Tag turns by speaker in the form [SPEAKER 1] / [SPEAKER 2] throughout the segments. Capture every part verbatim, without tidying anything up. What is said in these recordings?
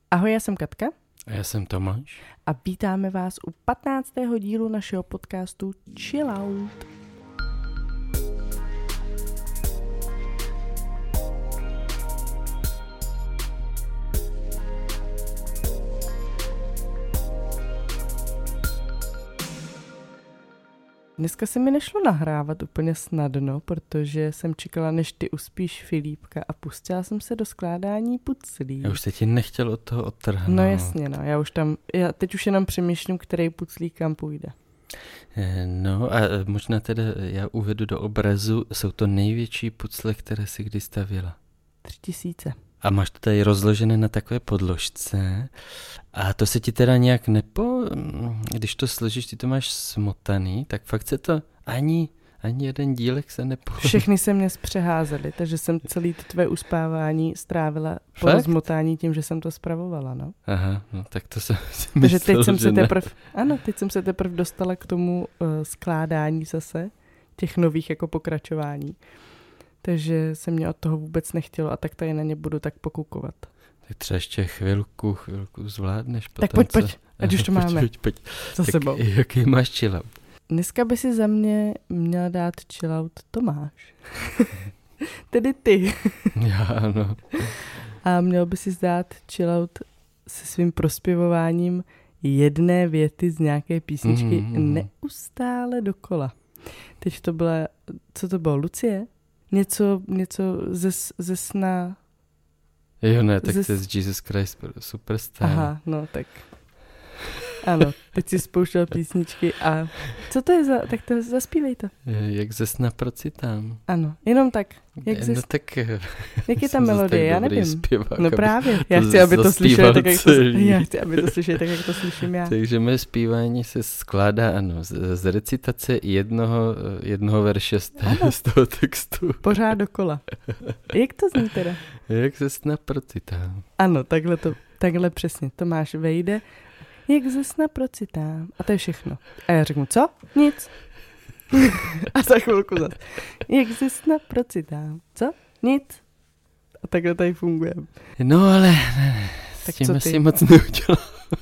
[SPEAKER 1] Ahoj, já jsem Katka.
[SPEAKER 2] A já jsem Tomáš.
[SPEAKER 1] A vítáme vás u patnáctého dílu našeho podcastu Chill Out. Dneska se mi nešlo nahrávat úplně snadno, protože jsem čekala, než ty uspíš Filipka a pustila jsem se do skládání puclí.
[SPEAKER 2] Já už se ti nechtěl od toho odtrhnout.
[SPEAKER 1] No jasně, no. Já už tam, já teď už jenom přemýšlím, který puclík kam půjde.
[SPEAKER 2] No a možná teda já uvedu do obrazu, jsou to největší pucle, které jsi kdy stavěla.
[SPEAKER 1] Tři tisíce.
[SPEAKER 2] A máš to tady rozložené na takové podložce a to se ti teda nějak nepo... Když to složíš, ty to máš smotaný, tak fakt se to ani, ani jeden dílek se nepo...
[SPEAKER 1] Všechny se mě zpřeházely, takže jsem celý to tvé uspávání strávila po
[SPEAKER 2] Fakt?
[SPEAKER 1] rozmotání tím, že jsem to spravovala, no.
[SPEAKER 2] Aha, no tak to jsem si
[SPEAKER 1] Takže
[SPEAKER 2] myslel,
[SPEAKER 1] teď jsem
[SPEAKER 2] že
[SPEAKER 1] se
[SPEAKER 2] ne.
[SPEAKER 1] teprv, ano, teď jsem se teprv dostala k tomu uh, skládání zase, těch nových jako pokračování. Takže se mě od toho vůbec nechtělo a tak tady na ně budu tak pokukovat.
[SPEAKER 2] Tak třeba ještě chvilku, chvilku zvládneš potom.
[SPEAKER 1] Tak pojď,
[SPEAKER 2] co?
[SPEAKER 1] pojď, ať už to
[SPEAKER 2] Pojď,
[SPEAKER 1] máme
[SPEAKER 2] Pojď, pojď.
[SPEAKER 1] za
[SPEAKER 2] Tak
[SPEAKER 1] sebou.
[SPEAKER 2] jaký máš chill out?
[SPEAKER 1] Dneska by si za mě měla dát chill out Tomáš. Tedy ty.
[SPEAKER 2] Já ano.
[SPEAKER 1] A měl by si dát chill out se svým prospěvováním jedné věty z nějaké písničky
[SPEAKER 2] mm.
[SPEAKER 1] neustále dokola. Teď to byla, co to bylo, Lucie? Něco, něco ze, ze sna...
[SPEAKER 2] Jo ne, tak
[SPEAKER 1] Ze...
[SPEAKER 2] to je z Jesus Christ Superstar.
[SPEAKER 1] Aha, no tak. Ano, teď si spouštěl písničky a co to je za, tak to zaspívej to.
[SPEAKER 2] Jak ze sna procitám.
[SPEAKER 1] Ano, jenom tak. Jak, ze,
[SPEAKER 2] no tak,
[SPEAKER 1] jak je ta melodie, já nevím.
[SPEAKER 2] Zpěvák,
[SPEAKER 1] no právě, já chci, aby to slyšeli tak, jak to, já chci, aby to slyšeli tak, jak to slyším já.
[SPEAKER 2] Takže moje zpívání se skládá, ano, z, z recitace jednoho, jednoho verše z, té, z toho textu.
[SPEAKER 1] Pořád dokola. Jak to zní teda?
[SPEAKER 2] Jak ze sna procitám.
[SPEAKER 1] Ano, takhle, to, takhle přesně. Tomáš vejde, jak ze sna procitám. A to je všechno. A já řeknu, co? Nic. A za chvilku zase. Jak ze sna procitám. Co? Nic. A takhle tady funguje.
[SPEAKER 2] No ale ne,
[SPEAKER 1] tak
[SPEAKER 2] s tím asi moc neudělal.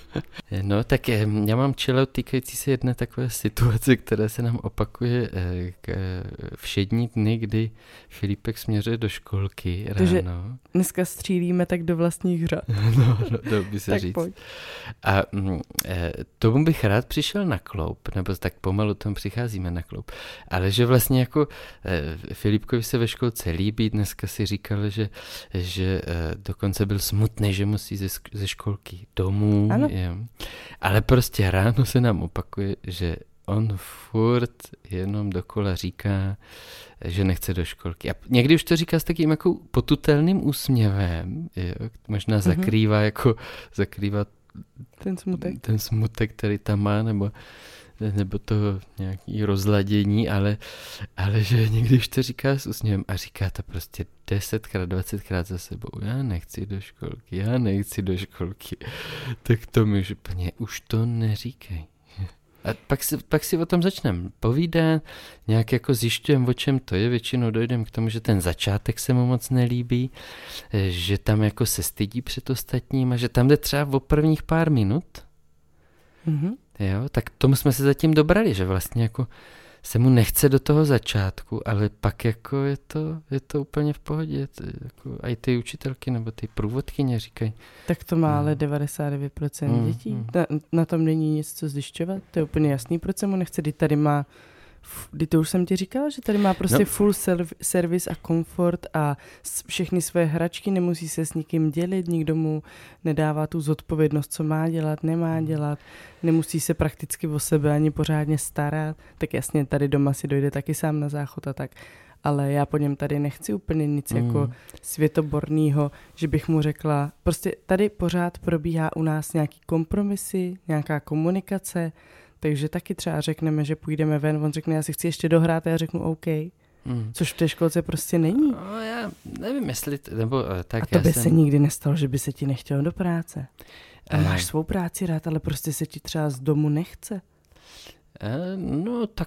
[SPEAKER 2] No tak je, já mám chill out týkající se jedné takové situace, která se nám opakuje k všední dny, kdy Filipek směřuje do školky ráno.
[SPEAKER 1] Takže dneska střílíme tak do vlastních řad.
[SPEAKER 2] No, no to by se
[SPEAKER 1] tak
[SPEAKER 2] říct.
[SPEAKER 1] Pojď.
[SPEAKER 2] A e, tomu bych rád přišel na kloup, nebo tak pomalu tam přicházíme na kloup, ale že vlastně jako e, Filipkovi se ve školce líbí, dneska si říkal, že, že e, dokonce byl smutný, že musí ze, ze školky domů.
[SPEAKER 1] Ano.
[SPEAKER 2] Je. Ale prostě ráno se nám opakuje, že on furt jenom dokola říká, že nechce do školky. A někdy už to říká s takým jako potutelným úsměvem, jo, možná mm-hmm. zakrývá jako zakrývá
[SPEAKER 1] ten smutek.
[SPEAKER 2] ten smutek, který tam má, nebo, nebo to nějaký rozladění, ale, ale že někdy už to říká s úsměvem a říká to prostě desetkrát, dvacetkrát za sebou. Já nechci do školky, já nechci do školky. Tak to mi už úplně, už to neříkej. A pak si, pak si o tom začneme povídat, nějak jako zjišťujeme, o čem to je, většinou dojdeme k tomu, že ten začátek se mu moc nelíbí, že tam jako se stydí před ostatním a že tam jde třeba o prvních pár minut.
[SPEAKER 1] Mm-hmm.
[SPEAKER 2] Jo, tak tomu jsme se zatím dobrali, že vlastně jako se mu nechce do toho začátku, ale pak jako je to, je to úplně v pohodě. Jako i ty učitelky nebo ty průvodkyně říkají.
[SPEAKER 1] Tak to má ale devadesát devět procent
[SPEAKER 2] mm,
[SPEAKER 1] dětí.
[SPEAKER 2] Mm.
[SPEAKER 1] Na, na tom není nic co zjišťovat. To je úplně jasný, proč se mu nechce. Kdy tady má, kdy to už jsem ti říkala, že tady má prostě no. full serv, service a komfort a všechny své hračky, nemusí se s nikým dělit, nikdo mu nedává tu zodpovědnost, co má dělat, nemá dělat, nemusí se prakticky o sebe ani pořádně starat. Tak jasně, tady doma si dojde taky sám na záchod a tak. Ale já po něm tady nechci úplně nic mm. jako světoborného, že bych mu řekla, prostě tady pořád probíhá u nás nějaký kompromisy, nějaká komunikace, takže taky třeba řekneme, že půjdeme ven, on řekne, já si chci ještě dohrát a já řeknu OK. Mm. Což v té školce prostě není.
[SPEAKER 2] No, já nevím, jestli, t- nebo tak
[SPEAKER 1] a to by
[SPEAKER 2] jsem...
[SPEAKER 1] se nikdy nestalo, že by se ti nechtělo do práce. A máš svou práci rád, ale prostě se ti třeba z domu nechce.
[SPEAKER 2] No, tak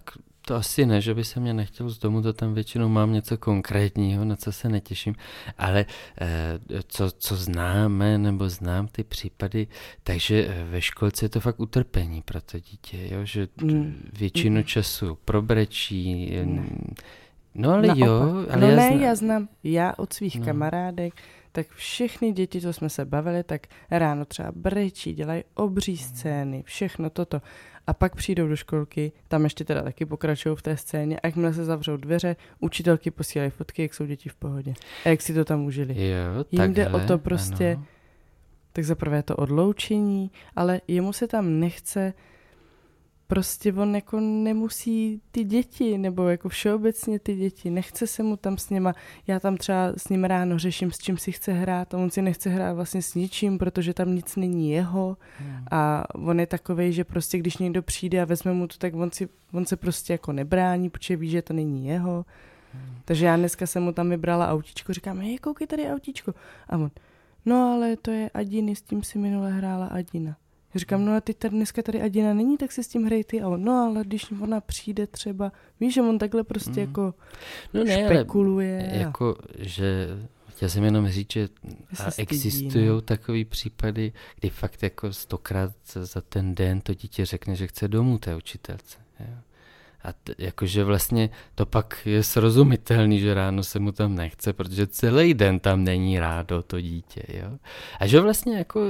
[SPEAKER 2] to asi ne, že by se mě nechtěl z domu, to tam většinou mám něco konkrétního, na co se netěším, ale eh, co, co známe, nebo znám ty případy, takže ve školce je to fakt utrpení pro to dítě, jo? Že většinu mm. času probrečí, ne. No ale
[SPEAKER 1] Naopak.
[SPEAKER 2] jo. Ale
[SPEAKER 1] no
[SPEAKER 2] já
[SPEAKER 1] ne,
[SPEAKER 2] znám.
[SPEAKER 1] já znám, já od svých
[SPEAKER 2] no.
[SPEAKER 1] kamarádek, tak všechny děti, co jsme se bavili, tak ráno třeba brečí, dělají obří scény, všechno toto. A pak přijdou do školky, tam ještě teda taky pokračují v té scéně, a jakmile se zavřou dveře, učitelky posílají fotky, jak jsou děti v pohodě. A jak si to tam užili.
[SPEAKER 2] Jo,
[SPEAKER 1] Jim jde o to prostě, ano. Tak zaprvé to odloučení, ale jemu se tam nechce, prostě on jako nemusí ty děti, nebo jako všeobecně ty děti, nechce se mu tam s něma, já tam třeba s ním ráno řeším, s čím si chce hrát a on si nechce hrát vlastně s ničím, protože tam nic není jeho hmm. a on je takovej, že prostě když někdo přijde a vezme mu to, tak on, si, on se prostě jako nebrání, protože ví, že to není jeho. Hmm. Takže já dneska jsem mu tam vybrala autíčko, říkám, hej, koukej, tady je autíčko. A on, no ale to je Adiny, s tím si minule hrála Adina. Já říkám, no a ty tady dneska tady Adina není, tak si s tím hraj ty. A on, no ale když ona přijde třeba, víš, že on takhle prostě mm. jako
[SPEAKER 2] no ne,
[SPEAKER 1] špekuluje.
[SPEAKER 2] Ale jako, že chtěl jsem jenom říct, že existují takové případy, kdy fakt jako stokrát za ten den to dítě řekne, že chce domů té učitelce. Jo. A t- jakože vlastně to pak je srozumitelný, že ráno se mu tam nechce, protože celý den tam není rádo to dítě. Jo. A že vlastně jako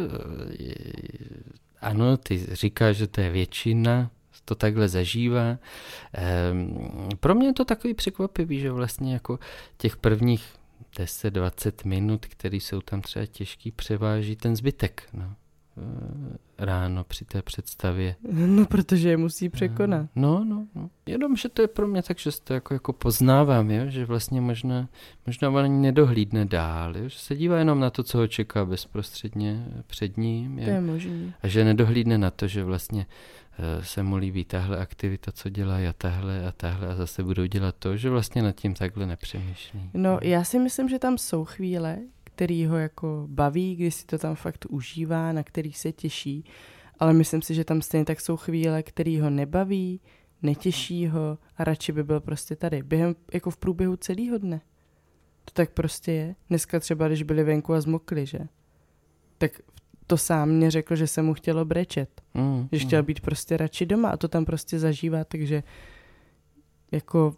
[SPEAKER 2] ano, ty říkáš, že to je většina, to takhle zažívá. Ehm, pro mě je to takový překvapivý, že vlastně jako těch prvních deset dvacet minut, které jsou tam třeba těžký, převáží ten zbytek. No. Ráno při té představě.
[SPEAKER 1] No, protože je musí překonat.
[SPEAKER 2] No, no, no. Jenom, že to je pro mě tak, že to jako, jako poznávám, jo? Že vlastně možná, možná on ani nedohlídne dál, jo? Že se dívá jenom na to, co ho čeká bezprostředně před ním. Jo?
[SPEAKER 1] To je možný.
[SPEAKER 2] A že nedohlídne na to, že vlastně uh, se mu líbí tahle aktivita, co dělá a tahle a tahle a zase budou dělat to, že vlastně nad tím takhle nepřemýšlí.
[SPEAKER 1] No, já si myslím, že tam jsou chvíle, který ho jako baví, kdy si to tam fakt užívá, na který se těší, ale myslím si, že tam stejně tak jsou chvíle, který ho nebaví, netěší ho a radši by byl prostě tady. Během, jako v průběhu celého dne. To tak prostě je. Dneska třeba, když byli venku a zmokli, že? Tak to sám mě řekl, že se mu chtělo brečet. Mm, že chtěl mm. být prostě radši doma a to tam prostě zažívá, takže jako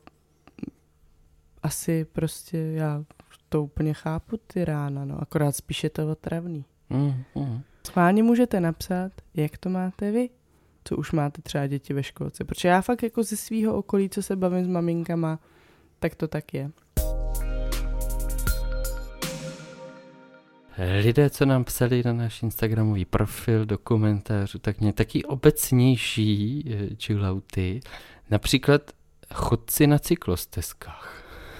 [SPEAKER 1] asi prostě já to úplně chápu ty rána, no, akorát spíš je to otravný.
[SPEAKER 2] Mm, mm.
[SPEAKER 1] Schválně můžete napsat, jak to máte vy, co už máte třeba děti ve školce, protože já fakt jako ze svého okolí, co se bavím s maminkama, tak to tak je.
[SPEAKER 2] Lidé, co nám psali na náš instagramový profil do komentářů, tak mě taky obecnější chillouty, například chodci na cyklostezkách.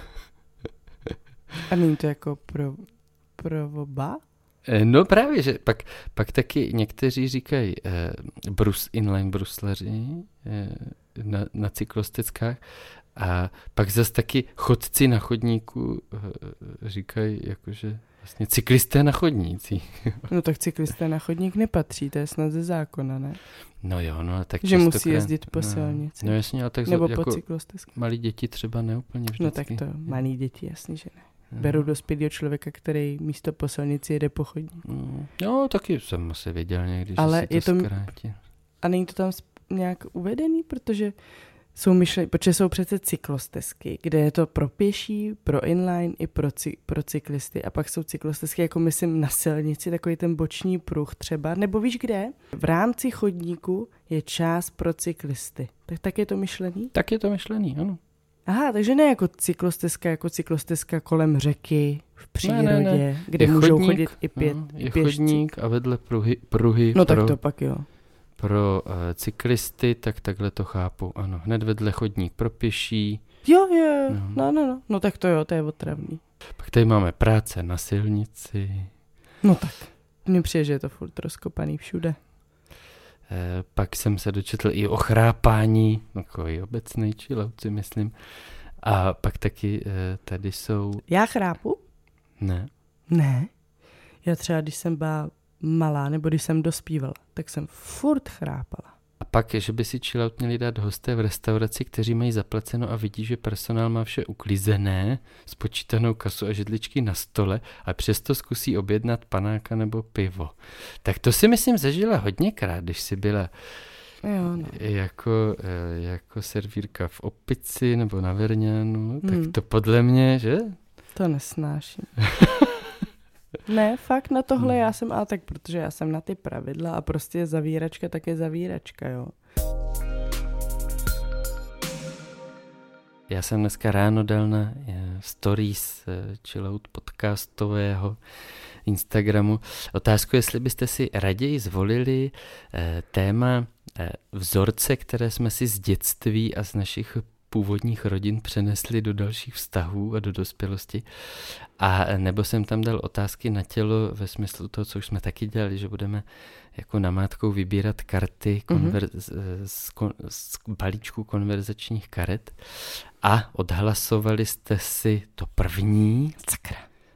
[SPEAKER 1] A není to jako pro, pro oba?
[SPEAKER 2] No právě, že pak, pak taky někteří říkají eh, brus, inline bruslaři eh, na, na cyklostezkách a pak zase taky chodci na chodníku eh, říkají jakože vlastně cyklisté na chodníci.
[SPEAKER 1] No tak cyklisté na chodník nepatří, to je snad ze zákona, ne?
[SPEAKER 2] No jo, no tak
[SPEAKER 1] že musí jezdit po
[SPEAKER 2] no,
[SPEAKER 1] silnici.
[SPEAKER 2] No jasně, ale tak
[SPEAKER 1] nebo
[SPEAKER 2] jako
[SPEAKER 1] po cyklostezkách.
[SPEAKER 2] Malí děti třeba ne úplně vždycky.
[SPEAKER 1] No tak to, malí děti, jasně, že ne. Beru dospělého člověka, který místo po silnici jede po chodníku.
[SPEAKER 2] Mm. No, taky jsem asi věděl někdy,
[SPEAKER 1] ale
[SPEAKER 2] že si to,
[SPEAKER 1] je to
[SPEAKER 2] zkrátí.
[SPEAKER 1] A není to tam nějak uvedený, protože jsou myšleny, protože jsou přece cyklostezky, kde je to pro pěší, pro inline i pro, cy, pro cyklisty a pak jsou cyklostezky, jako myslím na silnici, takový ten boční pruh třeba, nebo víš kde? V rámci chodníku je část pro cyklisty. Tak, tak je to myšlený?
[SPEAKER 2] Tak je to myšlený, ano.
[SPEAKER 1] Aha, takže ne jako cyklostezka, jako cyklostezka kolem řeky, v přírodě,
[SPEAKER 2] ne, ne, ne.
[SPEAKER 1] kde
[SPEAKER 2] je
[SPEAKER 1] můžou
[SPEAKER 2] chodník,
[SPEAKER 1] chodit i pět,
[SPEAKER 2] no,
[SPEAKER 1] i
[SPEAKER 2] je
[SPEAKER 1] pěšci.
[SPEAKER 2] chodník a vedle pruhy, pruhy
[SPEAKER 1] no
[SPEAKER 2] pro,
[SPEAKER 1] tak to pak jo.
[SPEAKER 2] Pro uh, cyklisty, tak takhle to chápu, ano. Hned vedle chodník pro pěší.
[SPEAKER 1] Jo, jo, no. no, no, no, no tak to jo, to je otravný.
[SPEAKER 2] Pak tady máme práce na silnici.
[SPEAKER 1] No tak, mně přijde, že je to furt rozkopaný všude.
[SPEAKER 2] E, pak jsem se dočetl i o chrápání, takový obecný chillout si myslím. A pak taky e, tady jsou...
[SPEAKER 1] Já chrápu?
[SPEAKER 2] Ne.
[SPEAKER 1] Ne. Já třeba, když jsem byla malá, nebo když jsem dospívala, tak jsem furt chrápala.
[SPEAKER 2] A pak, že by si chillout měli dát hosté v restauraci, kteří mají zaplaceno a vidí, že personál má vše uklizené, spočítanou kasu a židličky na stole a přesto zkusí objednat panáka nebo pivo. Tak to si myslím zažila hodněkrát, když si byla
[SPEAKER 1] jo, no.
[SPEAKER 2] jako, jako servírka v Opici nebo na Verňánu, tak hmm. to podle mě, že?
[SPEAKER 1] To nesnáším. Ne, fakt na tohle já jsem, ale tak protože já jsem na ty pravidla a prostě zavíračka tak je zavíračka, jo.
[SPEAKER 2] Já jsem dneska ráno dal na stories chillout podcastového Instagramu otázku, jestli byste si raději zvolili téma vzorce, které jsme si z dětství a z našich původních rodin přenesli do dalších vztahů a do dospělosti. A nebo jsem tam dal otázky na tělo ve smyslu toho, co už jsme taky dělali, že budeme jako namátkou vybírat karty konver- mm-hmm. z, kon- z balíčku konverzačních karet a odhlasovali jste si to první.
[SPEAKER 1] Sakra.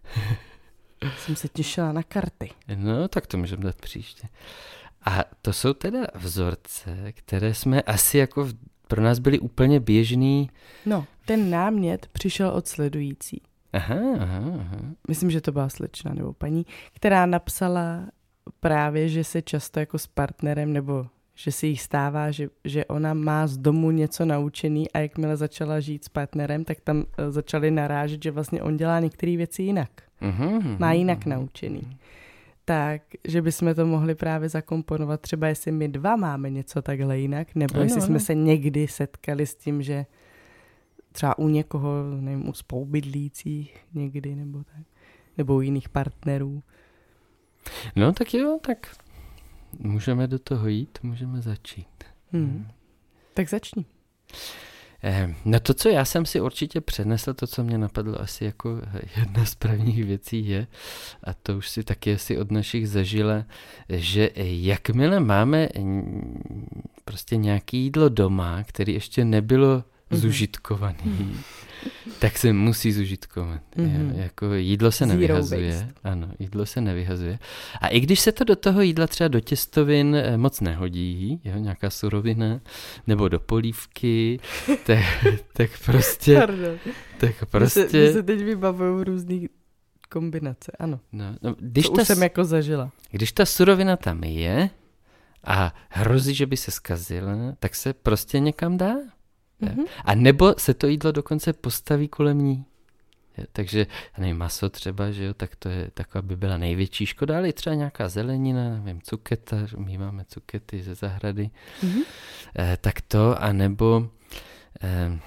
[SPEAKER 1] Jsem se těšila na karty.
[SPEAKER 2] No, tak to můžeme dát příště. A to jsou teda vzorce, které jsme asi jako v pro nás byli úplně běžný.
[SPEAKER 1] No, ten námět přišel od sledující.
[SPEAKER 2] Aha, aha, aha.
[SPEAKER 1] Myslím, že to byla slečna nebo paní, která napsala právě, že se často jako s partnerem, nebo že se jí stává, že, že ona má z domu něco naučený a jakmile začala žít s partnerem, tak tam uh, začali narážet, že vlastně on dělá některé věci jinak. Uh-huh, má jinak uh-huh. naučený. Tak, že bychom to mohli právě zakomponovat, třeba jestli my dva máme něco takhle jinak, nebo ano, jestli ano. jsme se někdy setkali s tím, že třeba u někoho, nevím, u spoubydlících někdy, nebo tak, nebo u jiných partnerů.
[SPEAKER 2] No tak jo, tak můžeme do toho jít, můžeme začít.
[SPEAKER 1] Hmm. Tak začni.
[SPEAKER 2] No to, co já jsem si určitě přenesl, to, co mě napadlo asi jako jedna z prvních věcí je, a to už si taky asi od našich zažila, že jakmile máme prostě nějaké jídlo doma, které ještě nebylo mm-hmm. zužitkované, mm-hmm. tak se musí zužitkovat. Mm-hmm. Jako jídlo se
[SPEAKER 1] Zero
[SPEAKER 2] nevyhazuje.
[SPEAKER 1] waste.
[SPEAKER 2] Ano, jídlo se nevyhazuje. A i když se to do toho jídla třeba do těstovin moc nehodí, jo, nějaká surovina, nebo do polívky, tak, tak prostě...
[SPEAKER 1] Pardon.
[SPEAKER 2] Tak prostě...
[SPEAKER 1] My se, my se teď vybavují různý kombinace, ano.
[SPEAKER 2] No, no, když
[SPEAKER 1] to
[SPEAKER 2] ta,
[SPEAKER 1] už jsem jako zažila.
[SPEAKER 2] Když ta surovina tam je a hrozí, že by se zkazila, tak se prostě někam dá. Mm-hmm. A nebo se to jídlo dokonce postaví kolem ní. Je, takže, nevím, maso třeba, že jo, tak to je taková by byla největší škoda, ale třeba nějaká zelenina, nevím, cuketa, my máme cukety ze zahrady, mm-hmm. eh, tak to, a nebo eh,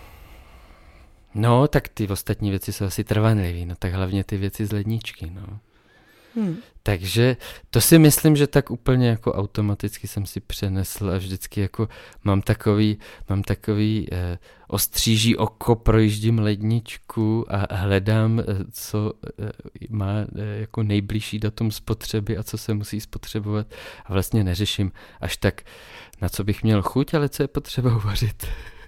[SPEAKER 2] no, tak ty ostatní věci jsou asi trvanlivý, no tak hlavně ty věci z ledničky, no. Hmm. Takže to si myslím, že tak úplně jako automaticky jsem si přenesl a vždycky jako mám takový, mám takový eh, ostříží oko, projíždím ledničku a hledám, eh, co eh, má eh, jako nejbližší datum spotřeby a co se musí spotřebovat a vlastně neřeším až tak, na co bych měl chuť, ale co je potřeba uvařit.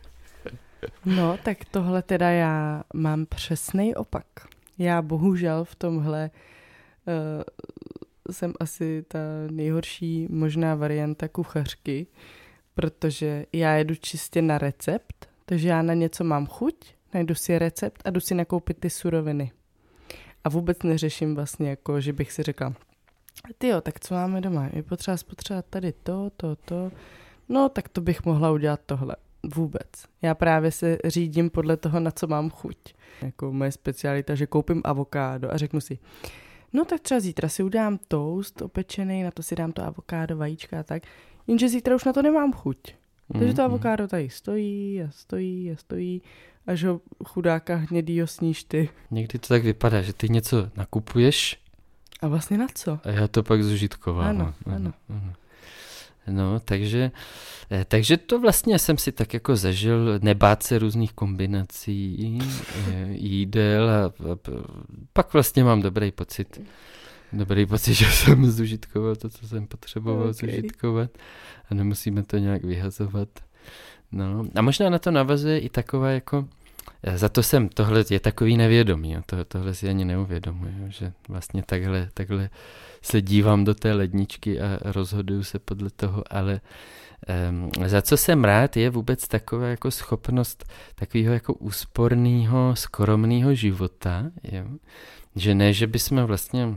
[SPEAKER 1] No, tak tohle teda já mám přesnej opak. Já bohužel v tomhle Uh, jsem asi ta nejhorší možná varianta kuchařky, protože já jedu čistě na recept, takže já na něco mám chuť, najdu si recept a jdu si nakoupit ty suroviny. A vůbec neřeším vlastně jako, že bych si řekla, tyjo, tak co máme doma? Je potřeba spotřebovat tady to, to, to. No, tak to bych mohla udělat tohle. Vůbec. Já právě se řídím podle toho, na co mám chuť. Jako moje specialita, že koupím avokádo a řeknu si, no tak třeba zítra si udělám toast opečený, na to si dám to avokádo, vajíčka a tak. Jenže zítra už na to nemám chuť. Mm-hmm. Takže to avokádo tady stojí a stojí a stojí, až ho chudáka hnědýho sníš ty.
[SPEAKER 2] Někdy to tak vypadá, že ty něco nakupuješ.
[SPEAKER 1] A vlastně na co?
[SPEAKER 2] A já to pak zužitkovám.
[SPEAKER 1] Ano, ano. ano. ano.
[SPEAKER 2] No, takže, takže to vlastně jsem si tak jako zažil, nebát se různých kombinací jídel a, a pak vlastně mám dobrý pocit. Dobrý pocit, že jsem zužitkoval to, co jsem potřeboval okay. zužitkovat a nemusíme to nějak vyhazovat. No, a možná na to navazuje i taková jako za to jsem, tohle je takový nevědomý, jo. To, tohle si ani neuvědomuji, že vlastně takhle, takhle se dívám do té ledničky a rozhoduju se podle toho, ale um, za co jsem rád je vůbec taková jako schopnost takového jako úsporného, skromného života, jo. Že ne, že bychom vlastně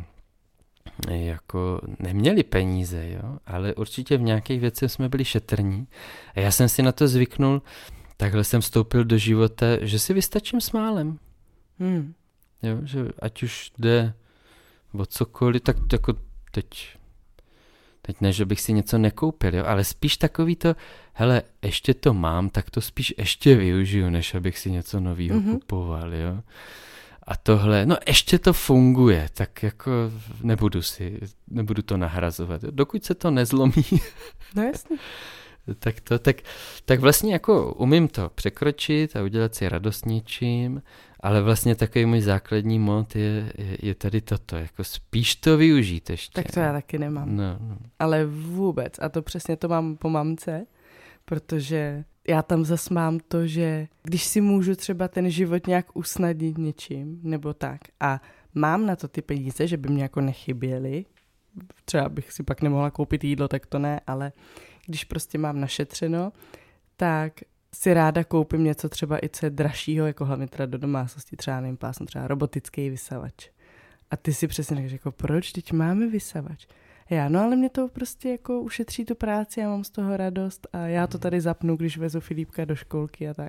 [SPEAKER 2] jako neměli peníze, jo, ale určitě v nějakých věcech jsme byli šetrní a já jsem si na to zvyknul. Takhle jsem vstoupil do života, že si vystačím s málem. Hmm. Jo, že ať už jde o cokoliv, tak jako teď, teď ne, že bych si něco nekoupil, jo, ale spíš takový to, hele, ještě to mám, tak to spíš ještě využiju, než abych si něco nového mm-hmm. kupoval, jo. A tohle, no ještě to funguje, tak jako nebudu si, nebudu to nahrazovat, jo. Dokud se to nezlomí.
[SPEAKER 1] No jasně.
[SPEAKER 2] Tak to, tak, tak vlastně jako umím to překročit a udělat si radost něčím, ale vlastně takový můj základní mod je, je, je tady toto, jako spíš to využít ještě.
[SPEAKER 1] Tak to já taky nemám.
[SPEAKER 2] No, no.
[SPEAKER 1] Ale vůbec. A to přesně to mám po mamce, protože já tam zas mám to, že když si můžu třeba ten život nějak usnadnit něčím, nebo tak, a mám na to ty peníze, že by mě jako nechyběly, třeba bych si pak nemohla koupit jídlo, tak to ne, ale když prostě mám našetřeno, tak si ráda koupím něco třeba i co je dražšího, jako hlavně teda do domácnosti, třeba nevím, pásnu, třeba robotický vysavač. A ty si přesně řekneš, jako proč, teď máme vysavač? A já, no ale mě to prostě jako ušetří tu práci, já mám z toho radost a já to tady zapnu, když vezu Filipka do školky a tak.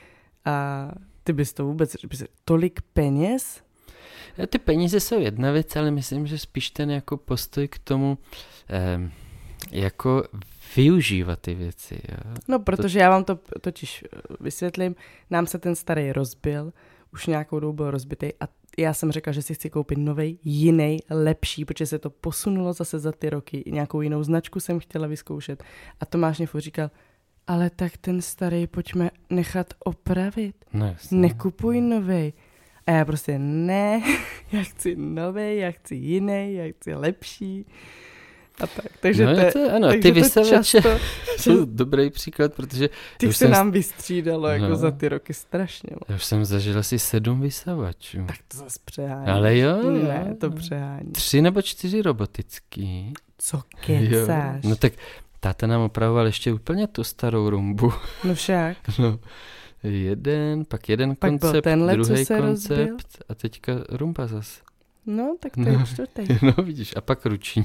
[SPEAKER 1] A ty bys to vůbec, bys, tolik peněz?
[SPEAKER 2] Ty peníze jsou jedna věc, ale myslím, že spíš ten jako postoj k tomu, eh, jako využívat ty věci. Jo.
[SPEAKER 1] No, protože to... já vám to totiž vysvětlím. Nám se ten starý rozbil, už nějakou dobu byl rozbitý a já jsem řekla, že si chci koupit novej, jiný, lepší, protože se to posunulo zase za ty roky. Nějakou jinou značku jsem chtěla vyzkoušet. A Tomáš mě furt říkal, ale tak ten starý pojďme nechat opravit.
[SPEAKER 2] No, jasně.
[SPEAKER 1] Nekupuj novej. A já prostě ne, já chci novej, já chci jiný, já chci lepší. A tak, takže
[SPEAKER 2] no,
[SPEAKER 1] to,
[SPEAKER 2] to, ano,
[SPEAKER 1] takže
[SPEAKER 2] ty vysavače jsou
[SPEAKER 1] že...
[SPEAKER 2] dobrý příklad, protože...
[SPEAKER 1] Ty se
[SPEAKER 2] jsem...
[SPEAKER 1] nám vystřídalo jako
[SPEAKER 2] no,
[SPEAKER 1] za ty roky strašně.
[SPEAKER 2] Já už jsem zažil asi sedm vysavačů.
[SPEAKER 1] Tak to zase přehání.
[SPEAKER 2] Ale jo,
[SPEAKER 1] ne, to přehání.
[SPEAKER 2] Tři nebo čtyři robotický.
[SPEAKER 1] Co kecáš?
[SPEAKER 2] No tak táta nám opravoval ještě úplně tu starou rumbu.
[SPEAKER 1] No však.
[SPEAKER 2] No, jeden, pak jeden
[SPEAKER 1] pak
[SPEAKER 2] koncept,
[SPEAKER 1] tenhle,
[SPEAKER 2] druhý koncept
[SPEAKER 1] rozbil.
[SPEAKER 2] A teďka rumba zas.
[SPEAKER 1] No, tak to je
[SPEAKER 2] no,
[SPEAKER 1] čtvrtý.
[SPEAKER 2] No, vidíš, a pak ruční.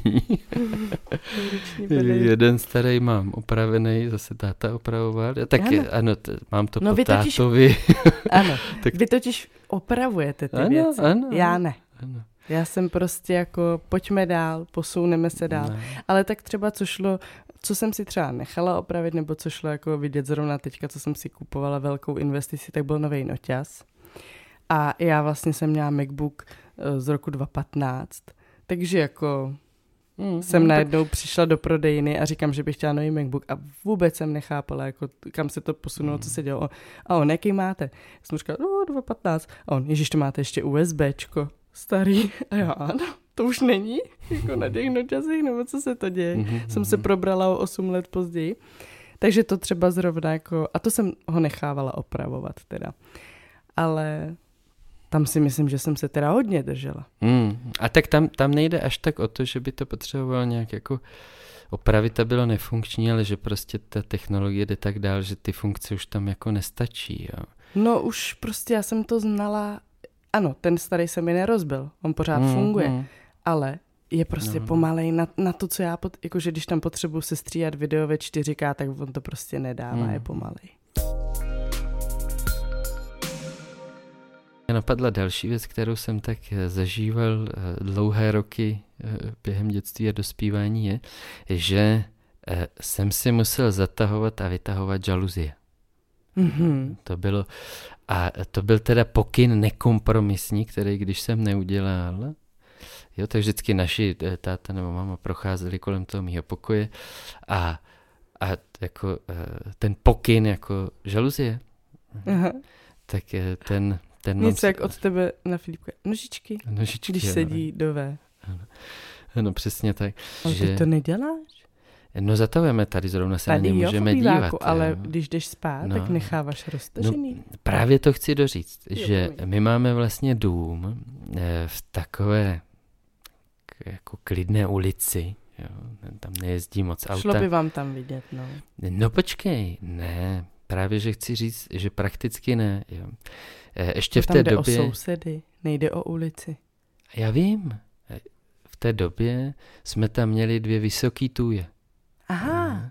[SPEAKER 2] Jeden starý mám opravený, zase táta opravoval. Já taky, ano, ano t- mám to
[SPEAKER 1] no,
[SPEAKER 2] po tátovi.
[SPEAKER 1] Totiž, ano,
[SPEAKER 2] tak...
[SPEAKER 1] vy totiž opravujete ty
[SPEAKER 2] ano,
[SPEAKER 1] věci.
[SPEAKER 2] Ano,
[SPEAKER 1] Já ne.
[SPEAKER 2] Ano.
[SPEAKER 1] Já jsem prostě jako, pojďme dál, posuneme se dál.
[SPEAKER 2] Ne.
[SPEAKER 1] Ale tak třeba, co šlo, co jsem si třeba nechala opravit, nebo co šlo jako vidět zrovna teďka, co jsem si kupovala velkou investici, tak byl nový noťaz. A já vlastně jsem měla MacBook z roku dva tisíce patnáct, takže jako mm, jsem mm, najednou tak... přišla do prodejny a říkám, že bych chtěla nový MacBook a vůbec jsem nechápala, jako, kam se to posunulo, mm. co se dělo. A on, jaký máte? Jsem říkala, no, dva tisíce patnáct. A on, ježiš, to máte ještě USBčko, starý. A já, ano, to už není, jako na těch noťazích, nebo co se to děje. Mm-hmm. Jsem se probrala o osm let později. Takže to třeba zrovna jako, a to jsem ho nechávala opravovat teda. Ale... Tam si myslím, že jsem se teda hodně držela.
[SPEAKER 2] Mm. A tak tam, tam nejde až tak o to, že by to potřebovalo nějak jako opravit a bylo nefunkční, ale že prostě ta technologie jde tak dál, že ty funkce už tam jako nestačí. Jo.
[SPEAKER 1] No už prostě já jsem to znala, ano, ten starý se mi nerozbil, on pořád
[SPEAKER 2] mm,
[SPEAKER 1] funguje,
[SPEAKER 2] mm.
[SPEAKER 1] ale je prostě no. pomalej na, na to, co já, pot, jakože když tam potřebuji sestříhat video ve čtyři ká, tak on to prostě nedává, mm. je pomalej.
[SPEAKER 2] Mě napadla další věc, kterou jsem tak zažíval dlouhé roky během dětství a dospívání, je, že jsem si musel zatahovat a vytahovat žaluzie. Mm-hmm. To bylo, a to byl teda pokyn nekompromisní, který když jsem neudělal, jo, tak vždycky naši táta nebo máma procházeli kolem toho mýho pokoje a, a jako ten pokyn jako žaluzie, Aha. tak ten Ten
[SPEAKER 1] Něco jak od tebe na Filipka. Nožičky,
[SPEAKER 2] Nožičky
[SPEAKER 1] když
[SPEAKER 2] ano.
[SPEAKER 1] sedí do V.
[SPEAKER 2] Ano, ano přesně tak.
[SPEAKER 1] Ale
[SPEAKER 2] že...
[SPEAKER 1] ty to neděláš?
[SPEAKER 2] No zatahujeme tady, zrovna se
[SPEAKER 1] tady
[SPEAKER 2] na ně
[SPEAKER 1] jo,
[SPEAKER 2] můžeme
[SPEAKER 1] obýváku,
[SPEAKER 2] dívat.
[SPEAKER 1] Ale
[SPEAKER 2] jo.
[SPEAKER 1] když jdeš spát,
[SPEAKER 2] No.
[SPEAKER 1] tak necháváš roztažený.
[SPEAKER 2] No, právě to chci doříct,
[SPEAKER 1] Jo,
[SPEAKER 2] že
[SPEAKER 1] promiň.
[SPEAKER 2] my máme vlastně dům eh, v takové k- jako klidné ulici, jo. Tam nejezdí moc auta.
[SPEAKER 1] Šlo by vám tam vidět, no.
[SPEAKER 2] No počkej, ne, právě že chci říct, že prakticky ne. Jo. Eh, ještě v
[SPEAKER 1] tam
[SPEAKER 2] té
[SPEAKER 1] jde
[SPEAKER 2] době...
[SPEAKER 1] o sousedy, nejde o ulici.
[SPEAKER 2] Já vím, eh, v té době jsme tam měli dvě vysoký tůje.
[SPEAKER 1] Aha.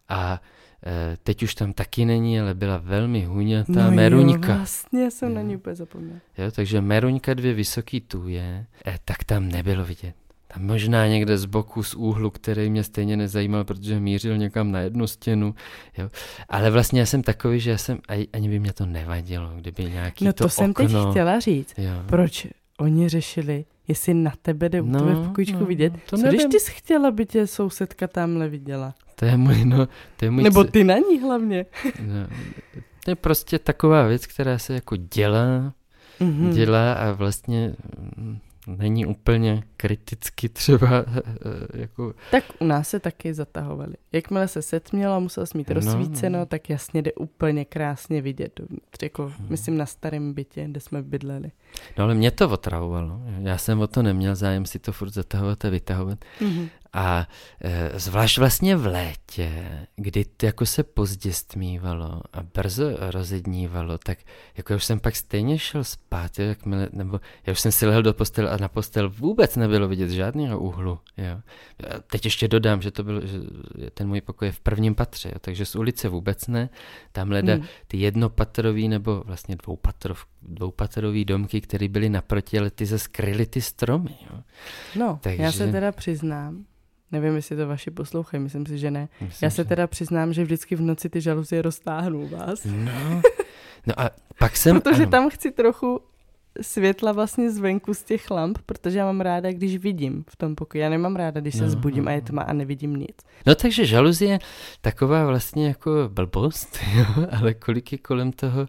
[SPEAKER 2] A e, teď už tam taky není, ale byla velmi huňatá
[SPEAKER 1] No
[SPEAKER 2] meruňka.
[SPEAKER 1] jo, vlastně jsem
[SPEAKER 2] Jo.
[SPEAKER 1] na ní úplně zapomněl.
[SPEAKER 2] Jo, takže meruňka dvě vysoký tůje, e, tak tam nebylo vidět. Tam možná někde z boku, z úhlu, který mě stejně nezajímal, protože mířil někam na jednu stěnu. Jo. Ale vlastně já jsem takový, že já jsem, ani by mě to nevadilo, kdyby nějaký
[SPEAKER 1] No
[SPEAKER 2] to,
[SPEAKER 1] to jsem teď
[SPEAKER 2] okno,
[SPEAKER 1] chtěla říct.
[SPEAKER 2] Jo.
[SPEAKER 1] Proč oni řešili, jestli na tebe jde u
[SPEAKER 2] No,
[SPEAKER 1] tebe v pokojíčku
[SPEAKER 2] no,
[SPEAKER 1] vidět?
[SPEAKER 2] to
[SPEAKER 1] Co když
[SPEAKER 2] nevím.
[SPEAKER 1] ty jsi chtěla, by tě sousedka tamhle viděla?
[SPEAKER 2] To je můj, no, to je můj
[SPEAKER 1] Nebo
[SPEAKER 2] c-
[SPEAKER 1] ty na ní hlavně.
[SPEAKER 2] no, to je prostě taková věc, která se jako dělá,
[SPEAKER 1] Mhm.
[SPEAKER 2] dělá a vlastně mm, není úplně kriticky třeba eh, jako...
[SPEAKER 1] Tak u nás se taky zatahovali. Jakmile se setmělo a musel jsi mít
[SPEAKER 2] No,
[SPEAKER 1] rozsvíceno,
[SPEAKER 2] no.
[SPEAKER 1] tak jasně jde úplně krásně vidět dovnitř. Jako,
[SPEAKER 2] Hmm.
[SPEAKER 1] myslím na starém bytě, kde jsme bydleli.
[SPEAKER 2] No ale mě to otravovalo. Já jsem o to neměl zájem si to furt zatahovat a vytahovat.
[SPEAKER 1] Mhm.
[SPEAKER 2] A e, zvlášť vlastně v létě, kdy to jako se pozdě stmívalo a brzo rozednívalo, tak jako já už jsem pak stejně šel spát, jo, jakmile, nebo já už jsem si lehl do postele a na postel vůbec nebylo vidět žádného úhlu. Jo. A teď ještě dodám, že to bylo, že ten můj pokoj je v prvním patře, jo, takže z ulice vůbec ne. Tam leda
[SPEAKER 1] Hmm.
[SPEAKER 2] ty jednopatrový nebo vlastně dvoupatrov, dvoupatrový domky, které byly naproti, ale ty zase skryly ty stromy. Jo.
[SPEAKER 1] No,
[SPEAKER 2] Takže-
[SPEAKER 1] já se teda přiznám, nevím, jestli to vaši poslouchají, myslím si, že ne.
[SPEAKER 2] Myslím,
[SPEAKER 1] Já se
[SPEAKER 2] že-
[SPEAKER 1] teda přiznám, že vždycky v noci ty žaluzie roztáhnu u vás.
[SPEAKER 2] No, no a pak jsem...
[SPEAKER 1] Protože
[SPEAKER 2] ano.
[SPEAKER 1] tam chci trochu světla vlastně zvenku z těch lamp, protože já mám ráda, když vidím v tom pokoji. Já nemám ráda, když se
[SPEAKER 2] No,
[SPEAKER 1] zbudím
[SPEAKER 2] no,
[SPEAKER 1] a je
[SPEAKER 2] no.
[SPEAKER 1] tma a nevidím nic.
[SPEAKER 2] No takže žaluzie taková vlastně jako blbost, jo, ale kolik je kolem toho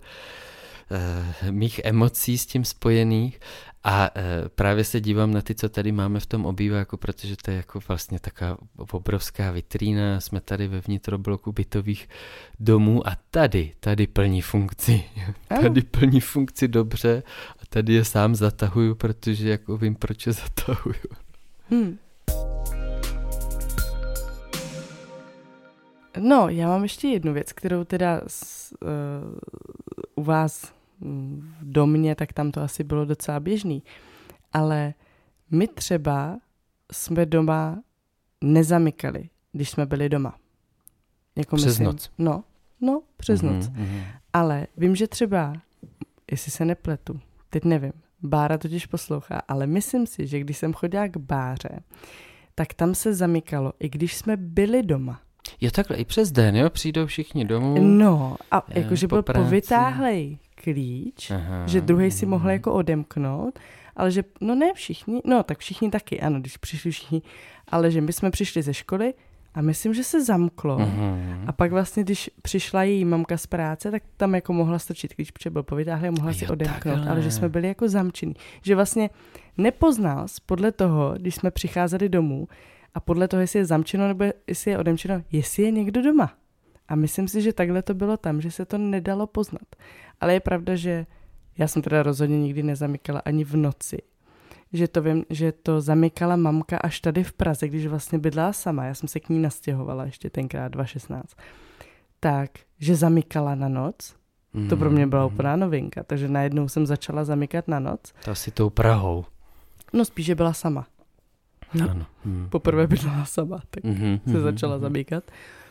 [SPEAKER 2] uh, mých emocí s tím spojených a uh, právě se dívám na ty, co tady máme v tom obýváku, protože to je jako vlastně taková obrovská vitrína, jsme tady ve vnitrobloku bytových domů a tady, tady plní funkci, jo.
[SPEAKER 1] Ano.
[SPEAKER 2] Tady plní funkci dobře a tady je sám zatahuju, protože jako vím, proč je zatahuju.
[SPEAKER 1] Hmm. No, já mám ještě jednu věc, kterou teda s, uh, u vás mm, v domě, tak tam to asi bylo docela běžný. Ale my třeba jsme doma nezamykali, když jsme byli doma. Jako
[SPEAKER 2] Přes
[SPEAKER 1] myslím,
[SPEAKER 2] noc.
[SPEAKER 1] No, no, přes
[SPEAKER 2] Mhm,
[SPEAKER 1] noc.
[SPEAKER 2] mhm.
[SPEAKER 1] Ale vím, že třeba, jestli se nepletu, teď nevím, Bára totiž poslouchá, ale myslím si, že když jsem chodila k Báře, tak tam se zamykalo, i když jsme byli doma.
[SPEAKER 2] Jo, takhle, i přes den, jo? Přijdou všichni domů.
[SPEAKER 1] No, a
[SPEAKER 2] Eh,
[SPEAKER 1] jakože
[SPEAKER 2] po
[SPEAKER 1] byl
[SPEAKER 2] práci.
[SPEAKER 1] povytáhlej klíč,
[SPEAKER 2] Aha.
[SPEAKER 1] že druhý si mohl jako odemknout, ale že, no ne všichni, no tak všichni taky, ano, když přišli všichni, ale že my jsme přišli ze školy a myslím, že se zamklo.
[SPEAKER 2] Mhm.
[SPEAKER 1] A pak vlastně, když přišla její mamka z práce, tak tam jako mohla strčit klíč, protože byl povytáhlý a mohla
[SPEAKER 2] Jo,
[SPEAKER 1] si odemknout,
[SPEAKER 2] takhle.
[SPEAKER 1] ale že jsme byli jako zamčení. Že vlastně nepoznal jsi podle toho, když jsme přicházeli domů a podle toho, jestli je zamčeno nebo jestli je odemčeno, jestli je někdo doma. A myslím si, že takhle to bylo tam, že se to nedalo poznat. Ale je pravda, že já jsem teda rozhodně nikdy nezamykala ani v noci. Že to vím, že to zamykala mamka až tady v Praze, když vlastně bydlela sama. Já jsem se k ní nastěhovala ještě tenkrát dva tisíce šestnáct. Tak, že zamykala na noc. To pro mě byla
[SPEAKER 2] Mhm.
[SPEAKER 1] úplná novinka. Takže najednou jsem začala zamykat na noc.
[SPEAKER 2] To asi tou Prahou.
[SPEAKER 1] No spíš, že byla sama.
[SPEAKER 2] Ano. Mhm.
[SPEAKER 1] Poprvé bydlela sama, tak
[SPEAKER 2] Mhm,
[SPEAKER 1] se
[SPEAKER 2] mhm,
[SPEAKER 1] začala
[SPEAKER 2] mhm.
[SPEAKER 1] zamykat.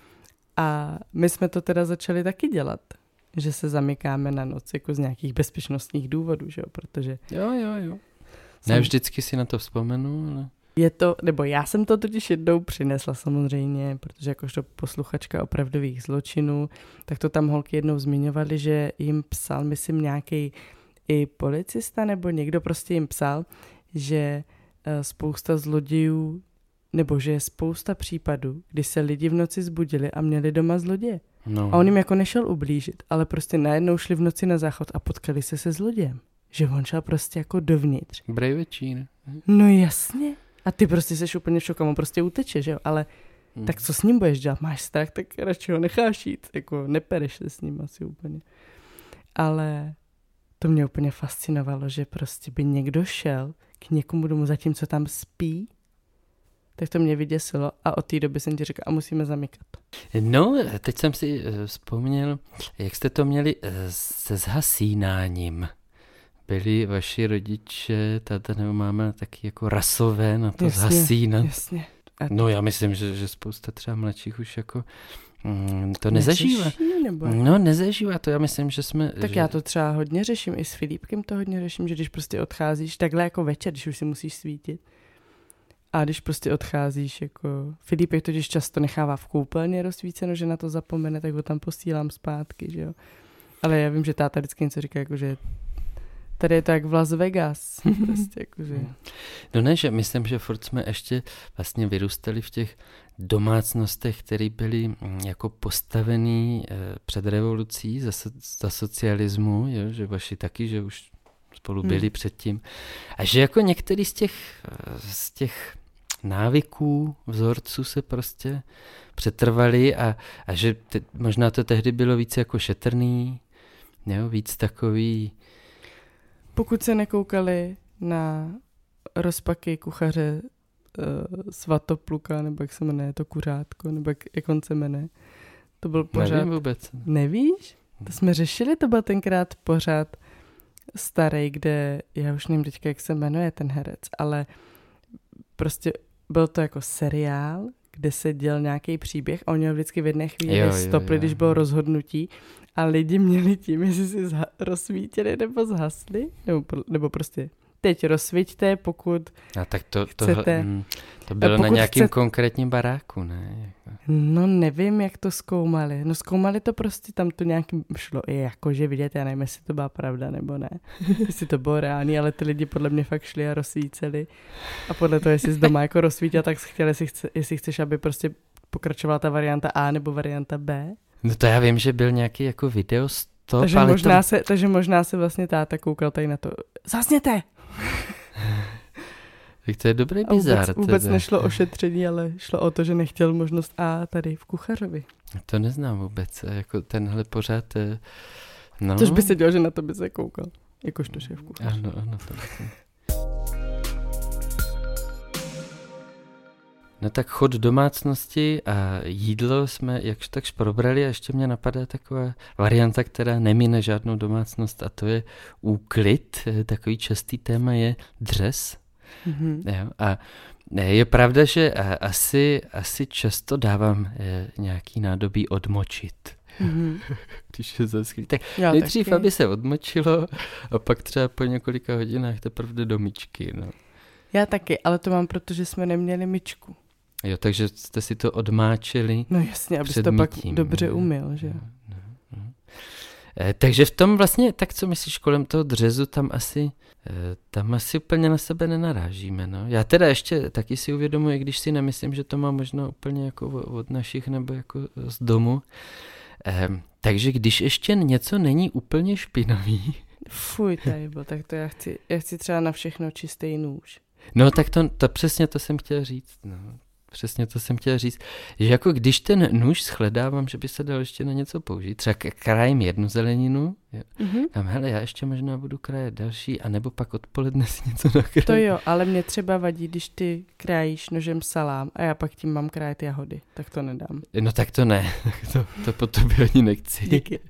[SPEAKER 1] A my jsme to teda začali taky dělat. Že se zamykáme na noc jako z nějakých bezpečnostních důvodů, že jo? Protože
[SPEAKER 2] Jo, jo, jo.
[SPEAKER 1] jsem-
[SPEAKER 2] Ne vždycky si na to vzpomenu, ale...
[SPEAKER 1] je to, nebo já jsem to totiž jednou přinesla samozřejmě, protože jakožto posluchačka opravdových zločinů, tak to tam holky jednou zmiňovali, že jim psal, myslím, nějaký i policista nebo někdo prostě jim psal, že eh, spousta zlodějů, nebo že je spousta případů, kdy se lidi v noci zbudili a měli doma zloděje.
[SPEAKER 2] No.
[SPEAKER 1] A on jim jako nešel ublížit, ale prostě najednou šli v noci na záchod a potkali se se zlodějem. Že on šel prostě jako dovnitř.
[SPEAKER 2] Brejvečí, ne?
[SPEAKER 1] No jasně. A ty prostě seš úplně v šoku, on prostě uteče, že jo? Ale
[SPEAKER 2] hmm.
[SPEAKER 1] tak co s ním budeš dělat? Máš strach, tak radši ho necháš jít. Jako nepereš se s ním asi úplně. Ale to mě úplně fascinovalo, že prostě by někdo šel k někomu domů, zatímco tam spí, tak to mě vyděsilo a od té doby jsem ti řekla, a musíme zamykat.
[SPEAKER 2] No, teď jsem si uh, vzpomněl, jak jste to měli uh, se zhasínáním. Byli vaši rodiče, táta nebo máma, taky jako rasové na to
[SPEAKER 1] jasně,
[SPEAKER 2] zhasínat?
[SPEAKER 1] Jasně.
[SPEAKER 2] No já myslím, že, že spousta třeba mladších už jako mm, to nezažívá.
[SPEAKER 1] Neřeší, nebo?
[SPEAKER 2] No nezažívá to, já myslím, že jsme...
[SPEAKER 1] Tak
[SPEAKER 2] že...
[SPEAKER 1] já to třeba hodně řeším, i s Filipkem to hodně řeším, že když prostě odcházíš takhle jako večer, když už si musíš svítit, a když prostě odcházíš, jako... Filipek totiž často nechává v koupelně rozsvíceno, že na to zapomene, tak ho tam posílám zpátky, že jo. Ale já vím, že táta vždycky něco říká, jako že tady je to jak v Las Vegas. Prostě, jakože.
[SPEAKER 2] No ne, že myslím, že furt jsme ještě vlastně vyrůstali v těch domácnostech, které byly jako postavený eh, před revolucí za, so, za socialismu, jo, že vaši taky, že už spolu byli hmm. předtím. A že jako některý z těch, z těch návyků, vzorců se prostě přetrvali a, a že te, možná to tehdy bylo víc jako šetrný, jo, víc takový.
[SPEAKER 1] Pokud se nekoukali na rozpaky kuchaře uh, Svatopluka, nebo jak se jmenuje to kuřátko, nebo jak, jak on se jmenuje, to byl pořád...
[SPEAKER 2] Nevím vůbec.
[SPEAKER 1] Nevíš? To jsme řešili, to byl tenkrát pořád starý, kde, já už nevím teďka, jak se jmenuje ten herec, ale prostě byl to jako seriál, kde se děl nějaký příběh a oni ho vždycky v jedné chvíli jo, stopli, jo, jo. když bylo rozhodnutí a lidi měli tím, jestli si zha- rozsvítili nebo zhasli, nebo, nebo prostě teď rozsvíťte, pokud
[SPEAKER 2] a tak to,
[SPEAKER 1] chcete.
[SPEAKER 2] To, to bylo na nějakým chcete... konkrétním baráku, ne?
[SPEAKER 1] No nevím, jak to zkoumali. No zkoumali to prostě, tam to nějakým šlo i jakože vidět, já nevím, jestli to byla pravda nebo ne. Jestli to bylo reálný, ale ty lidi podle mě fakt šli a rozsvíceli. A podle toho, jestli jsi doma jako rozsvítil, tak chtěli, jestli, chce, jestli chceš, aby prostě pokračovala ta varianta A nebo varianta B.
[SPEAKER 2] No to já vím, že byl nějaký jako video stop,
[SPEAKER 1] takže
[SPEAKER 2] ale
[SPEAKER 1] možná,
[SPEAKER 2] to...
[SPEAKER 1] se, takže možná se vlastně táta koukal tady na to. Zasněte!
[SPEAKER 2] Tak to je dobrý bizár.
[SPEAKER 1] Vůbec, vůbec nešlo o šetření, ale šlo o to, že nechtěl možnost A tady v kuchařovi.
[SPEAKER 2] To neznám vůbec, jako tenhle pořád... No.
[SPEAKER 1] Což by se dělo, že na to by se koukal, jakožto šéf kuchař.
[SPEAKER 2] Ano, ano, to myslím. No tak chod domácnosti a jídlo jsme jakž takž probrali a ještě mě napadá taková varianta, která nemine žádnou domácnost a to je úklid. Takový častý téma je dřez. Mm-hmm. Jo, a je pravda, že asi, asi často dávám nějaký nádobí odmočit. Mm-hmm. Když je zaschlý. Tak já nejdřív, taky. Aby se odmočilo a pak třeba po několika hodinách teprve jde do myčky. No.
[SPEAKER 1] Já taky, ale to mám, protože jsme neměli myčku.
[SPEAKER 2] Jo, takže jste si to odmáčeli.
[SPEAKER 1] No jasně, abys to pak dobře umyl, že? No, no, no.
[SPEAKER 2] E, takže v tom vlastně, tak co myslíš kolem toho dřezu, tam asi, e, tam asi úplně na sebe nenarážíme, no. Já teda ještě taky si uvědomuji, když si nemyslím, že to má možná úplně jako od našich nebo jako z domu. E, takže když ještě něco není úplně špinavý.
[SPEAKER 1] Fuj, tady byl, tak to já chci, já chci třeba na všechno čistý nůž.
[SPEAKER 2] No tak to, to přesně to jsem chtěl říct, no. Přesně to jsem chtěl říct, že jako když ten nůž shledávám, že by se dal ještě na něco použít, třeba krajím jednu zeleninu, jo. Mm-hmm. Tam hele, já ještě možná budu krajet další, anebo pak odpoledne si něco nakrájím.
[SPEAKER 1] To jo, ale mě třeba vadí, když ty krájíš nožem salám a já pak tím mám krájet jahody, tak to nedám.
[SPEAKER 2] No tak to ne, to, to po tobě ani nechci.
[SPEAKER 1] Díky.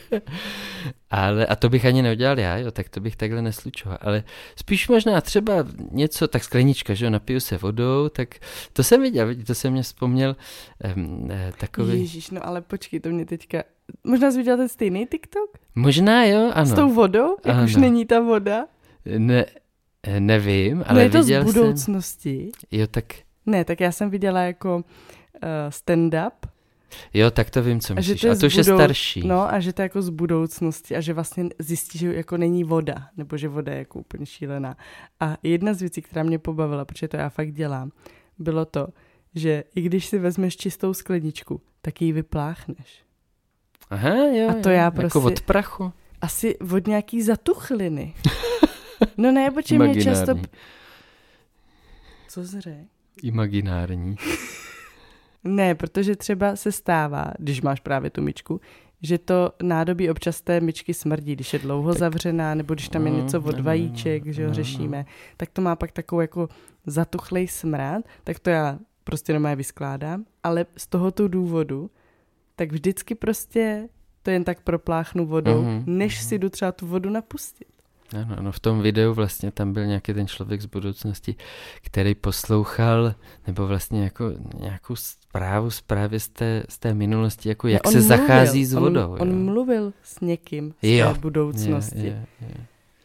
[SPEAKER 2] Ale, a to bych ani neudělal já, jo, tak to bych takhle neslučoval, ale spíš možná třeba něco, tak sklenička, že jo, napiju se vodou, tak to jsem viděl, to jsem mě vzpomněl um, takový...
[SPEAKER 1] Ježíš, no ale počkej, to mě teďka, možná jsi viděl ten stejný TikTok?
[SPEAKER 2] Možná jo, ano.
[SPEAKER 1] S tou vodou, jak už není ta voda?
[SPEAKER 2] Ne, nevím, ale
[SPEAKER 1] no je to
[SPEAKER 2] viděl
[SPEAKER 1] z budoucnosti.
[SPEAKER 2] Jsem... Jo, tak...
[SPEAKER 1] Ne, tak já jsem viděla jako uh, stand-up.
[SPEAKER 2] Jo, tak to vím, co myslíš. A, a to už budou... je starší.
[SPEAKER 1] No a že to je jako z budoucnosti a že vlastně zjistí, že jako není voda, nebo že voda je jako úplně šílená. A jedna z věcí, která mě pobavila, protože to já fakt dělám, bylo to, že i když si vezmeš čistou skleničku, tak ji vypláchneš.
[SPEAKER 2] Aha, jo,
[SPEAKER 1] a to já prostě...
[SPEAKER 2] Jako od prachu?
[SPEAKER 1] Asi od nějaký zatuchliny. No ne, počkej, mě často... Co jsi řekl?
[SPEAKER 2] Imaginární.
[SPEAKER 1] Ne, protože třeba se stává, když máš právě tu myčku, že to nádobí občas té myčky smrdí, když je dlouho tak, zavřená, nebo když tam je něco od vajíček, že ho řešíme, tak to má pak takovou jako zatuchlej smrad, tak to já prostě normálně vyskládám, ale z tohoto důvodu, tak vždycky prostě to jen tak propláchnu vodou, uh-huh, než uh-huh. si jdu třeba tu vodu napustit.
[SPEAKER 2] Ano, ano, v tom videu vlastně tam byl nějaký ten člověk z budoucnosti, který poslouchal, nebo vlastně jako nějakou zprávu zprávě z té, z té minulosti, jako jak
[SPEAKER 1] on
[SPEAKER 2] se
[SPEAKER 1] mluvil,
[SPEAKER 2] zachází s vodou.
[SPEAKER 1] On, on mluvil s někým z
[SPEAKER 2] jo,
[SPEAKER 1] té budoucnosti.
[SPEAKER 2] je, je, je.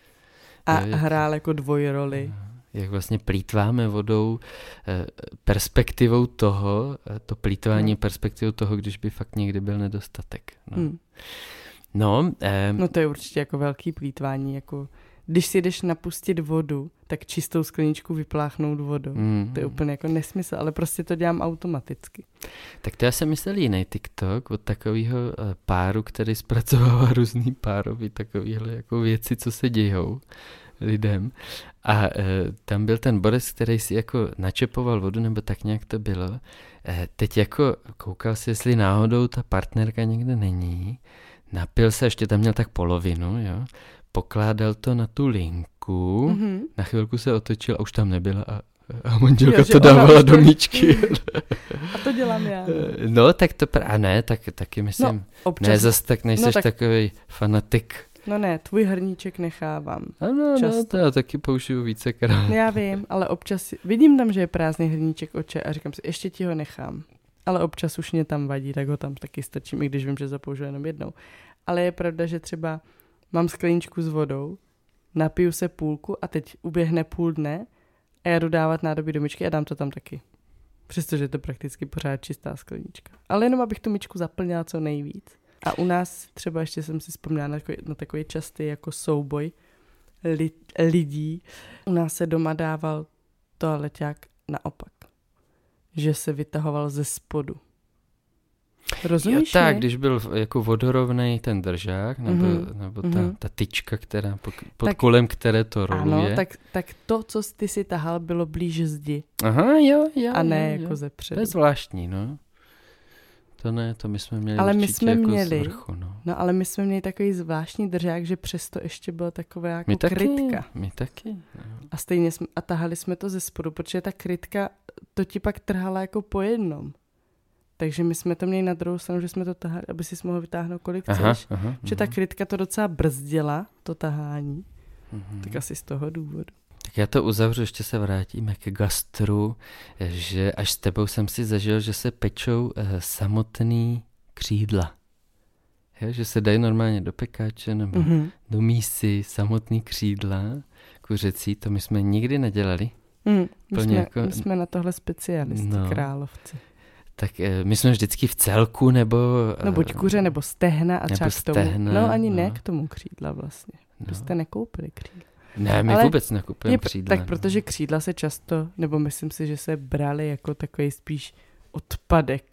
[SPEAKER 1] A
[SPEAKER 2] jo,
[SPEAKER 1] hrál jako dvojroli.
[SPEAKER 2] Jak vlastně plýtváme vodou perspektivou toho, to plýtvání no. perspektivou toho, když by fakt někdy byl nedostatek. No. Hmm. No, eh,
[SPEAKER 1] no to je určitě jako velký plýtvání, jako když si jdeš napustit vodu, tak čistou skleničku vypláchnout vodou. Mm. To je úplně jako nesmysl, ale prostě to dělám automaticky.
[SPEAKER 2] Tak to já jsem myslel jiný TikTok od takového páru, který zpracovává různý párový takovýhle jako věci, co se dějou lidem. A e, tam byl ten Boris, který si jako načepoval vodu, nebo tak nějak to bylo. E, teď jako koukal si, jestli náhodou ta partnerka někde není. Napil se, ještě tam měl tak polovinu, jo. Pokládal to na tu linku, mm-hmm. na chvilku se otočil a už tam nebyla a, a manželka jo, to dávala do míčky.
[SPEAKER 1] A to dělám já.
[SPEAKER 2] No, tak to, pr- a ne, tak, taky myslím, no, občas, ne, zas tak nejseš no, tak, takovej fanatik.
[SPEAKER 1] No ne, tvůj hrníček nechávám.
[SPEAKER 2] Ano, no, to já taky použiju vícekrát.
[SPEAKER 1] Já vím, ale občas, vidím tam, že je prázdný hrníček oče a říkám si, ještě ti ho nechám. Ale občas už mě tam vadí, tak ho tam taky strčím, i když vím, že zapoužiju jenom jednou. Ale je pravda, že třeba mám skleničku s vodou, napiju se půlku a teď uběhne půl dne a já jdu dávat nádobí do myčky a dám to tam taky. Přestože je to prakticky pořád čistá sklenička. Ale jenom abych tu myčku zaplnila co nejvíc. A u nás třeba ještě jsem si vzpomněla na takový, na takový častý jako souboj li, lidí. U nás se doma dával toaleťák naopak. Že se vytahoval ze spodu. Rozumíš
[SPEAKER 2] jo, tak,
[SPEAKER 1] mě?
[SPEAKER 2] Když byl jako vodorovnej ten držák, nebo, mm-hmm. nebo ta, mm-hmm. ta tyčka, která pod, pod tak, kolem které to roluje.
[SPEAKER 1] Ano, tak, tak to, co ty si tahal, bylo blíž zdi.
[SPEAKER 2] Aha, jo, jo.
[SPEAKER 1] A ne
[SPEAKER 2] jo,
[SPEAKER 1] jako
[SPEAKER 2] jo.
[SPEAKER 1] ze předu.
[SPEAKER 2] To je zvláštní, no. To ne, to my jsme měli
[SPEAKER 1] ale
[SPEAKER 2] určitě
[SPEAKER 1] my jsme
[SPEAKER 2] jako
[SPEAKER 1] měli,
[SPEAKER 2] z vrchu, no.
[SPEAKER 1] No ale my jsme měli takový zvláštní držák, že přesto ještě byla taková jako
[SPEAKER 2] my taky,
[SPEAKER 1] krytka.
[SPEAKER 2] My taky. No.
[SPEAKER 1] A stejně jsme, a tahali jsme to ze spodu, protože ta krytka, to ti pak trhala jako po jednom. Takže my jsme to měli na druhou stranu, že jsme to tahali, aby si mohl vytáhnout kolik
[SPEAKER 2] aha,
[SPEAKER 1] chceš.
[SPEAKER 2] Aha,
[SPEAKER 1] že ta krytka to docela brzdila, to tahání.
[SPEAKER 2] Aha.
[SPEAKER 1] Tak asi z toho důvodu.
[SPEAKER 2] Tak já to uzavřu, ještě se vrátíme ke gastru, že až s tebou jsem si zažil, že se pečou eh, samotný křídla. Je, že se dají normálně do pekáče nebo mm-hmm. do mísy samotný křídla kuřecí, to my jsme nikdy nedělali.
[SPEAKER 1] Mm, my, jsme, jako... my jsme na tohle specialisti, no. Královci.
[SPEAKER 2] Tak eh, my jsme vždycky v celku, nebo...
[SPEAKER 1] No buď kuře, nebo stehna a
[SPEAKER 2] nebo
[SPEAKER 1] třeba k tomu.
[SPEAKER 2] Stehna,
[SPEAKER 1] no ani
[SPEAKER 2] no.
[SPEAKER 1] ne k tomu křídla vlastně. No. To jste nekoupili křídla.
[SPEAKER 2] Ne, my
[SPEAKER 1] ale
[SPEAKER 2] vůbec nekupujeme křídla.
[SPEAKER 1] Tak no. Protože křídla se často, nebo myslím si, že se brali jako takový spíš odpadek.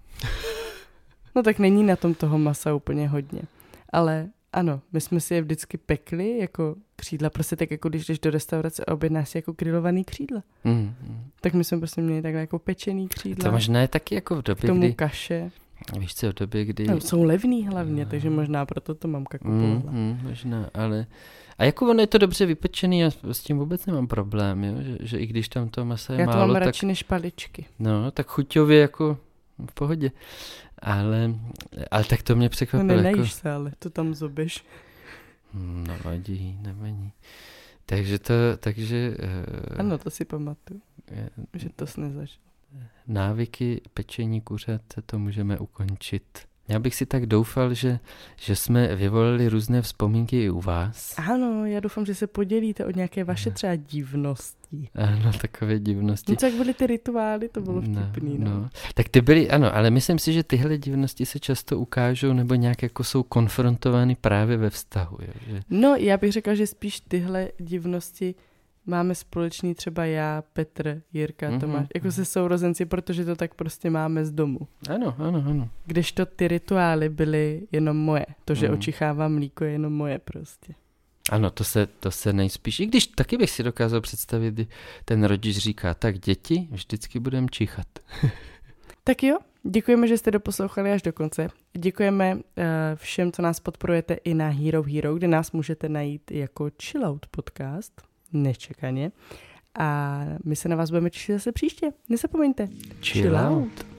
[SPEAKER 1] No tak není na tom toho masa úplně hodně. Ale ano, my jsme si je vždycky pekli jako křídla, prostě tak jako když jdeš do restaurace a objednáš si jako grilovaný křídla. Mm, mm. Tak my jsme prostě měli takhle jako pečený křídla.
[SPEAKER 2] To možná je taky jako v době,
[SPEAKER 1] k tomu
[SPEAKER 2] kdy...
[SPEAKER 1] kaše.
[SPEAKER 2] Víš co, v době, kdy...
[SPEAKER 1] No, jsou levný hlavně, takže možná proto to mamka kupovala.
[SPEAKER 2] Mm, mm, možná, ale... A jako ono je to dobře vypečený, já s tím vůbec nemám problém, jo? Že, že i když tam to masa je
[SPEAKER 1] já
[SPEAKER 2] málo,
[SPEAKER 1] to mám
[SPEAKER 2] tak...
[SPEAKER 1] radši než paličky.
[SPEAKER 2] No, tak chuťově jako v pohodě. Ale, ale tak to mě překvapilo.
[SPEAKER 1] No nenajíš
[SPEAKER 2] jako...
[SPEAKER 1] se, ale to tam zobeš.
[SPEAKER 2] No vadí, nevadí. Takže to, takže... Uh,
[SPEAKER 1] ano, to si pamatuju, je, že to jsi nezažil.
[SPEAKER 2] Návyky pečení kuřat, to můžeme ukončit. Já bych si tak doufal, že, že jsme vyvolili různé vzpomínky i u vás.
[SPEAKER 1] Ano, já doufám, že se podělíte o nějaké vaše třeba divnosti.
[SPEAKER 2] Ano, takové divnosti.
[SPEAKER 1] No co jak byly ty rituály, to bylo vtipný. No,
[SPEAKER 2] no. No. Tak ty byly, ano, ale myslím si, že tyhle divnosti se často ukážou nebo nějak jako jsou konfrontovány právě ve vztahu. Jo, že...
[SPEAKER 1] No, já bych řekla, že spíš tyhle divnosti máme společný třeba já, Petr, Jirka, mm-hmm. Tomáš, jako se sourozenci, protože to tak prostě máme z domu.
[SPEAKER 2] Ano, ano, ano.
[SPEAKER 1] Kdežto ty rituály byly jenom moje. To, že mm. očichávám mlíko, je jenom moje prostě.
[SPEAKER 2] Ano, to se, to se nejspíš, i když taky bych si dokázal představit, kdy ten rodič říká, tak děti, vždycky budem čichat.
[SPEAKER 1] Tak jo, děkujeme, že jste doposlouchali až do konce. Děkujeme uh, všem, co nás podporujete i na Hero Hero, kde nás můžete najít jako Chillout podcast, nečekaně. A my se na vás budeme těšit zase příště. Nezapomeňte.
[SPEAKER 2] Chill out.